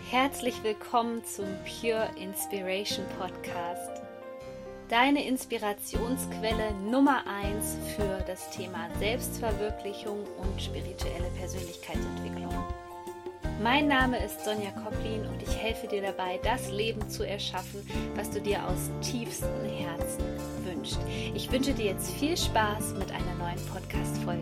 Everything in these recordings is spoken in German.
Herzlich willkommen zum Pure Inspiration Podcast. Deine Inspirationsquelle Nummer 1 für das Thema Selbstverwirklichung und spirituelle Persönlichkeitsentwicklung. Mein Name ist Sonja Kopplin und ich helfe dir dabei, das Leben zu erschaffen, was du dir aus tiefstem Herzen wünschst. Ich wünsche dir jetzt viel Spaß mit einer neuen Podcast-Folge.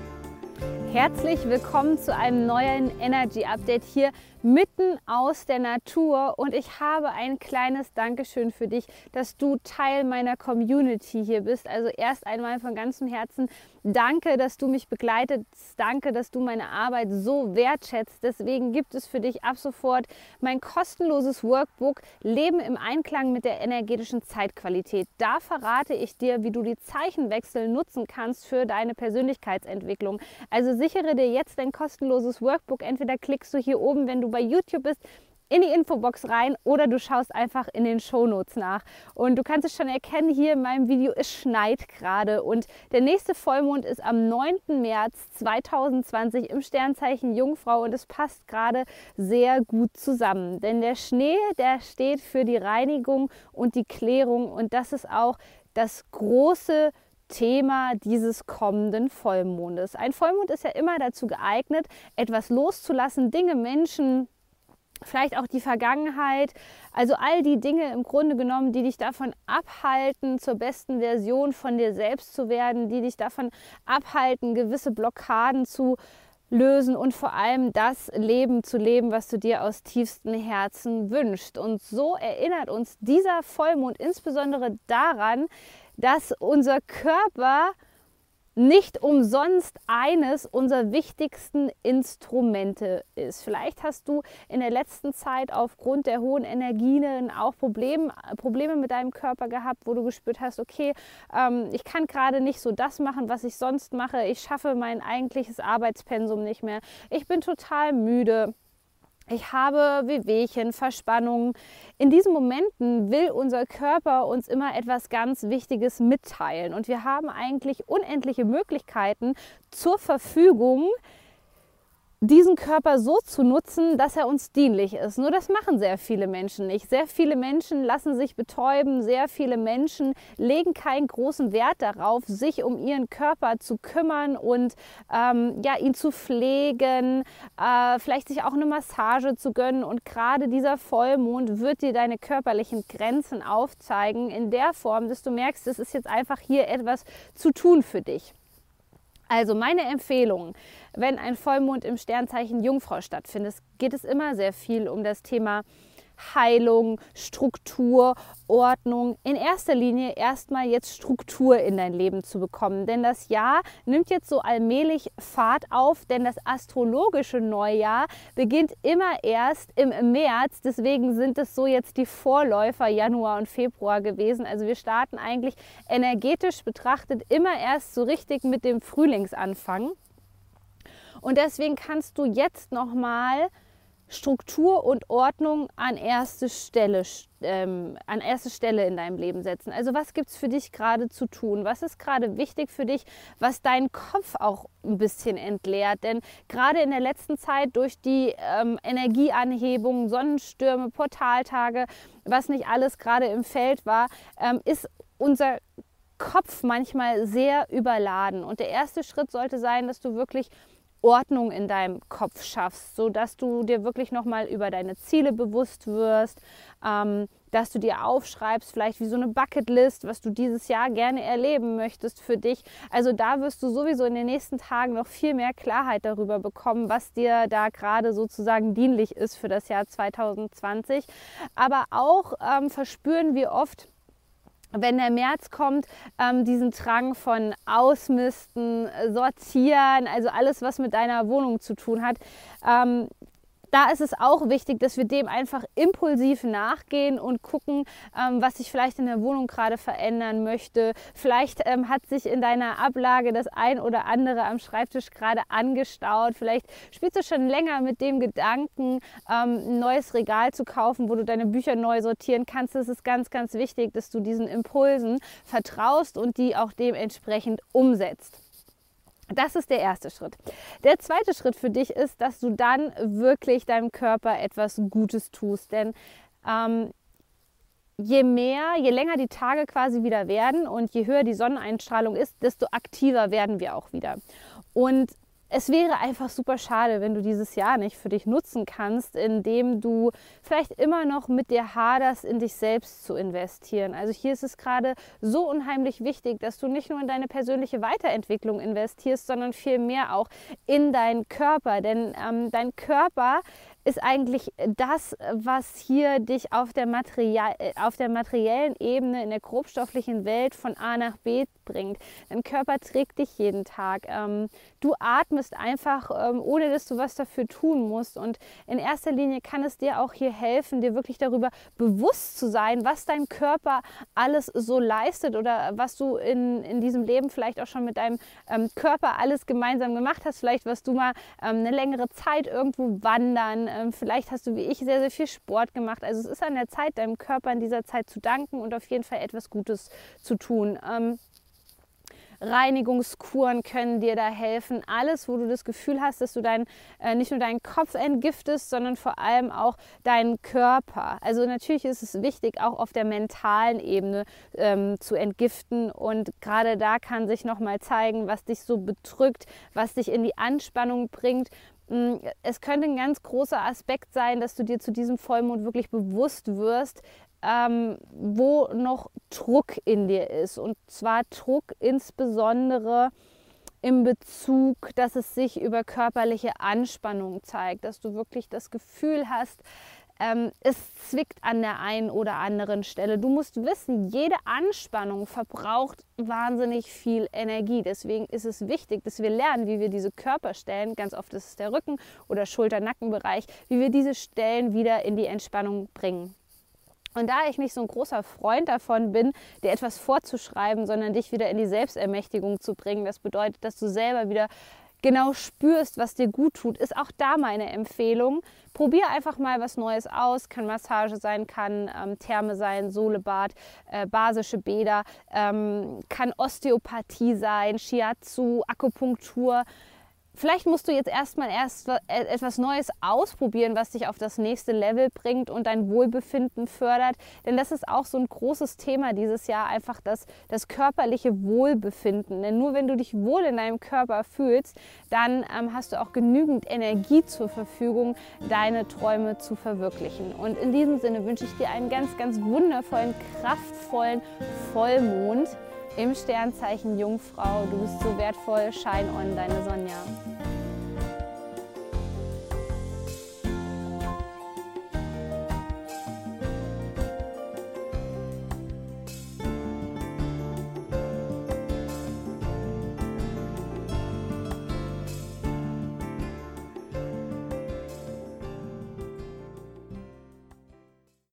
Herzlich willkommen zu einem neuen Energy Update hier mitten aus der Natur, und ich habe ein kleines Dankeschön für dich, dass du Teil meiner Community hier bist. Also erst einmal von ganzem Herzen danke, dass du mich begleitest, danke, dass du meine Arbeit so wertschätzt. Deswegen gibt es für dich ab sofort mein kostenloses Workbook Leben im Einklang mit der energetischen Zeitqualität. Da verrate ich dir, wie du die Zeichenwechsel nutzen kannst für deine Persönlichkeitsentwicklung. Also sichere dir jetzt dein kostenloses Workbook. Entweder klickst du hier oben, wenn du bei YouTube bist, in die Infobox rein, oder du schaust einfach in den Shownotes nach. Und du kannst es schon erkennen, hier in meinem Video, es schneit gerade, und der nächste Vollmond ist am 9. März 2020 im Sternzeichen Jungfrau, und es passt gerade sehr gut zusammen. Denn der Schnee, der steht für die Reinigung und die Klärung, und das ist auch das große Thema dieses kommenden Vollmondes. Ein Vollmond ist ja immer dazu geeignet, etwas loszulassen, Dinge, Menschen, vielleicht auch die Vergangenheit, also all die Dinge im Grunde genommen, die dich davon abhalten, zur besten Version von dir selbst zu werden, die dich davon abhalten, gewisse Blockaden zu lösen und vor allem das Leben zu leben, was du dir aus tiefstem Herzen wünschst. Und so erinnert uns dieser Vollmond insbesondere daran, dass unser Körper nicht umsonst eines unserer wichtigsten Instrumente ist. Vielleicht hast du in der letzten Zeit aufgrund der hohen Energien auch Probleme mit deinem Körper gehabt, wo du gespürt hast, okay, ich kann gerade nicht so das machen, was ich sonst mache. Ich schaffe mein eigentliches Arbeitspensum nicht mehr. Ich bin total müde. Ich habe Wehwehchen, Verspannungen. In diesen Momenten will unser Körper uns immer etwas ganz Wichtiges mitteilen. Und wir haben eigentlich unendliche Möglichkeiten zur Verfügung, diesen Körper so zu nutzen, dass er uns dienlich ist. Nur das machen sehr viele Menschen nicht. Sehr viele Menschen lassen sich betäuben, sehr viele Menschen legen keinen großen Wert darauf, sich um ihren Körper zu kümmern und ihn zu pflegen, vielleicht sich auch eine Massage zu gönnen. Und gerade dieser Vollmond wird dir deine körperlichen Grenzen aufzeigen in der Form, dass du merkst, es ist jetzt einfach hier etwas zu tun für dich. Also meine Empfehlung, wenn ein Vollmond im Sternzeichen Jungfrau stattfindet, geht es immer sehr viel um das Thema Heilung, Struktur, Ordnung. In erster Linie erstmal jetzt Struktur in dein Leben zu bekommen. Denn das Jahr nimmt jetzt so allmählich Fahrt auf, denn das astrologische Neujahr beginnt immer erst im März. Deswegen sind es so jetzt die Vorläufer Januar und Februar gewesen. Also wir starten eigentlich energetisch betrachtet immer erst so richtig mit dem Frühlingsanfang. Und deswegen kannst du jetzt nochmal Struktur und Ordnung an erste Stelle in deinem Leben setzen. Also was gibt es für dich gerade zu tun? Was ist gerade wichtig für dich, was deinen Kopf auch ein bisschen entleert? Denn gerade in der letzten Zeit durch die Energieanhebung, Sonnenstürme, Portaltage, was nicht alles gerade im Feld war, ist unser Kopf manchmal sehr überladen. Und der erste Schritt sollte sein, dass du wirklich Ordnung in deinem Kopf schaffst, sodass du dir wirklich nochmal über deine Ziele bewusst wirst, dass du dir aufschreibst, vielleicht wie so eine Bucketlist, was du dieses Jahr gerne erleben möchtest für dich. Also da wirst du sowieso in den nächsten Tagen noch viel mehr Klarheit darüber bekommen, was dir da gerade sozusagen dienlich ist für das Jahr 2020. Aber auch verspüren wir oft, wenn der März kommt, diesen Drang von Ausmisten, Sortieren, also alles, was mit deiner Wohnung zu tun hat. Da ist es auch wichtig, dass wir dem einfach impulsiv nachgehen und gucken, was sich vielleicht in der Wohnung gerade verändern möchte. Vielleicht hat sich in deiner Ablage das ein oder andere am Schreibtisch gerade angestaut. Vielleicht spielst du schon länger mit dem Gedanken, ein neues Regal zu kaufen, wo du deine Bücher neu sortieren kannst. Es ist ganz, ganz wichtig, dass du diesen Impulsen vertraust und die auch dementsprechend umsetzt. Das ist der erste Schritt. Der zweite Schritt für dich ist, dass du dann wirklich deinem Körper etwas Gutes tust. Denn je länger die Tage quasi wieder werden und je höher die Sonneneinstrahlung ist, desto aktiver werden wir auch wieder. Und es wäre einfach super schade, wenn du dieses Jahr nicht für dich nutzen kannst, indem du vielleicht immer noch mit dir haderst, in dich selbst zu investieren. Also hier ist es gerade so unheimlich wichtig, dass du nicht nur in deine persönliche Weiterentwicklung investierst, sondern vielmehr auch in deinen Körper. Denn dein Körper ist eigentlich das, was hier dich auf der materiellen Ebene in der grobstofflichen Welt von A nach B bringt. Dein Körper trägt dich jeden Tag. Du atmest einfach, ohne dass du was dafür tun musst. Und in erster Linie kann es dir auch hier helfen, dir wirklich darüber bewusst zu sein, was dein Körper alles so leistet oder was du in diesem Leben vielleicht auch schon mit deinem Körper alles gemeinsam gemacht hast. Vielleicht warst du mal eine längere Zeit irgendwo wandern. Vielleicht hast du wie ich sehr, sehr viel Sport gemacht. Also es ist an der Zeit, deinem Körper in dieser Zeit zu danken und auf jeden Fall etwas Gutes zu tun. Reinigungskuren können dir da helfen. Alles, wo du das Gefühl hast, dass du nicht nur deinen Kopf entgiftest, sondern vor allem auch deinen Körper. Also natürlich ist es wichtig, auch auf der mentalen Ebene zu entgiften. Und gerade da kann sich nochmal zeigen, was dich so bedrückt, was dich in die Anspannung bringt. Es könnte ein ganz großer Aspekt sein, dass du dir zu diesem Vollmond wirklich bewusst wirst, wo noch Druck in dir ist. Und zwar Druck insbesondere in Bezug, dass es sich über körperliche Anspannung zeigt, dass du wirklich das Gefühl hast, es zwickt an der einen oder anderen Stelle. Du musst wissen, jede Anspannung verbraucht wahnsinnig viel Energie. Deswegen ist es wichtig, dass wir lernen, wie wir diese Körperstellen, ganz oft ist es der Rücken- oder Schulter-Nackenbereich, wie wir diese Stellen wieder in die Entspannung bringen. Und da ich nicht so ein großer Freund davon bin, dir etwas vorzuschreiben, sondern dich wieder in die Selbstermächtigung zu bringen, das bedeutet, dass du selber wieder genau spürst, was dir gut tut, ist auch da meine Empfehlung. Probier einfach mal was Neues aus. Kann Massage sein, kann Therme sein, Solebad, basische Bäder, kann Osteopathie sein, Shiatsu, Akupunktur. Vielleicht musst du jetzt erst etwas Neues ausprobieren, was dich auf das nächste Level bringt und dein Wohlbefinden fördert. Denn das ist auch so ein großes Thema dieses Jahr, einfach das körperliche Wohlbefinden. Denn nur wenn du dich wohl in deinem Körper fühlst, dann hast du auch genügend Energie zur Verfügung, deine Träume zu verwirklichen. Und in diesem Sinne wünsche ich dir einen ganz, ganz wundervollen, kraftvollen Vollmond im Sternzeichen Jungfrau. Du bist so wertvoll. Shine on, deine Sonja.